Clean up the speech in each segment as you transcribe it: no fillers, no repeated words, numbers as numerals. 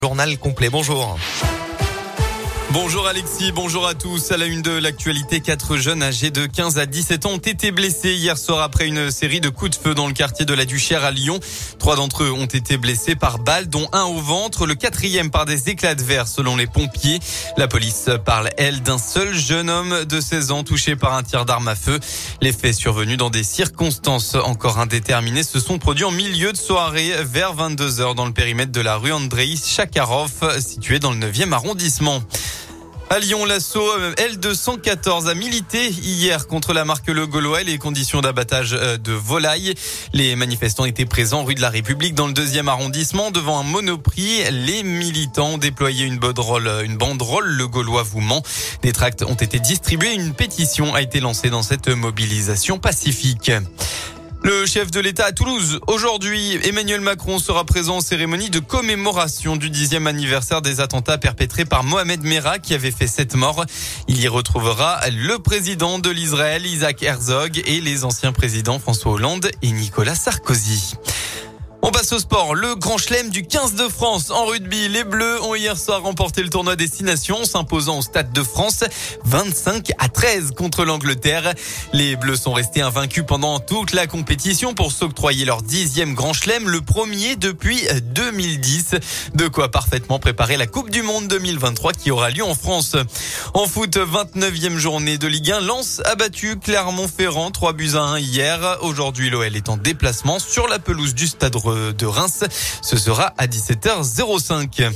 Journal complet, bonjour. Bonjour Alexis, bonjour à tous. À la une de l'actualité, 4 jeunes âgés de 15 à 17 ans ont été blessés hier soir après une série de coups de feu dans le quartier de la Duchère à Lyon. 3 d'entre eux ont été blessés par balles, dont un au ventre, le 4e par des éclats de verre selon les pompiers. La police parle, elle, d'un seul jeune homme de 16 ans touché par un tir d'arme à feu. Les faits survenus dans des circonstances encore indéterminées se sont produits en milieu de soirée vers 22h dans le périmètre de la rue Andreï Chakharov, située dans le 9e arrondissement. À Lyon, l'assaut L214 a milité hier contre la marque Le Gaulois et les conditions d'abattage de volailles. Les manifestants étaient présents rue de la République dans le 2e arrondissement devant un Monoprix. Les militants ont déployé une banderole Le Gaulois vous ment. Des tracts ont été distribués. Une pétition a été lancée dans cette mobilisation pacifique. Le chef de l'État à Toulouse. Aujourd'hui, Emmanuel Macron sera présent en cérémonie de commémoration du 10e anniversaire des attentats perpétrés par Mohamed Merah qui avait fait 7 morts. Il y retrouvera le président de l'Israël, Isaac Herzog, et les anciens présidents François Hollande et Nicolas Sarkozy. On passe au sport. Le Grand Chelem du 15 de France en rugby. Les Bleus ont hier soir remporté le tournoi Destination, s'imposant au Stade de France 25-13 contre l'Angleterre. Les Bleus sont restés invaincus pendant toute la compétition pour s'octroyer leur 10e Grand Chelem, le premier depuis 2010. De quoi parfaitement préparer la Coupe du Monde 2023 qui aura lieu en France. En foot, 29e journée de Ligue 1. Lens a battu Clermont-Ferrand 3-1 hier. Aujourd'hui, l'OL est en déplacement sur la pelouse du Stade de Reims. Ce sera à 17h05.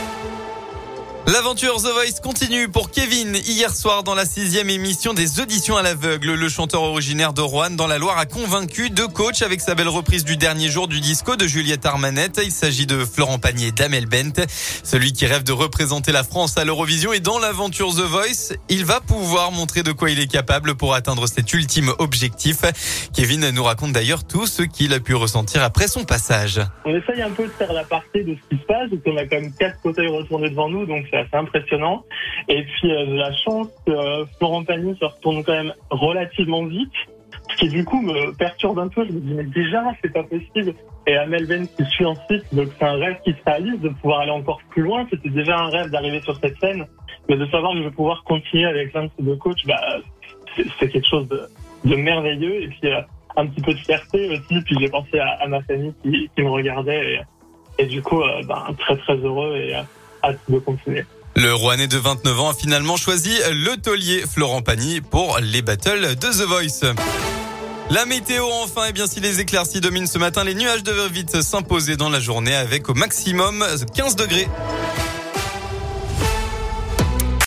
L'aventure The Voice continue pour Kevin. Hier soir, dans la 6e émission des auditions à l'aveugle, le chanteur originaire de Roanne dans la Loire a convaincu 2 coachs avec sa belle reprise du dernier jour du disco de Juliette Armanet. Il s'agit de Florent Pagny et d'Amel Bent. Celui qui rêve de représenter la France à l'Eurovision est dans l'aventure The Voice. Il va pouvoir montrer de quoi il est capable pour atteindre cet ultime objectif. Kevin nous raconte d'ailleurs tout ce qu'il a pu ressentir après son passage. On essaye un peu de faire la partie de ce qui se passe, donc on a quand même 4 fauteuils retournés devant nous, donc c'est assez impressionnant. Et puis j'ai la chance que Florent Pagny se retourne quand même relativement vite, ce qui du coup me perturbe un peu. Je me dis mais déjà c'est pas possible. Et Amel Bent qui suit ensuite, donc c'est un rêve qui se réalise de pouvoir aller encore plus loin. C'était déjà un rêve d'arriver sur cette scène, mais de savoir que je vais pouvoir continuer avec l'un de ces 2 coachs, c'est quelque chose de merveilleux. Et puis un petit peu de fierté aussi. Puis j'ai pensé à ma famille qui me regardait et du coup très très heureux et hâte de continuer. Le Rouennais de 29 ans a finalement choisi le taulier Florent Pagny pour les battles de The Voice. La météo enfin, si les éclaircies dominent ce matin, les nuages devraient vite s'imposer dans la journée avec au maximum 15 degrés.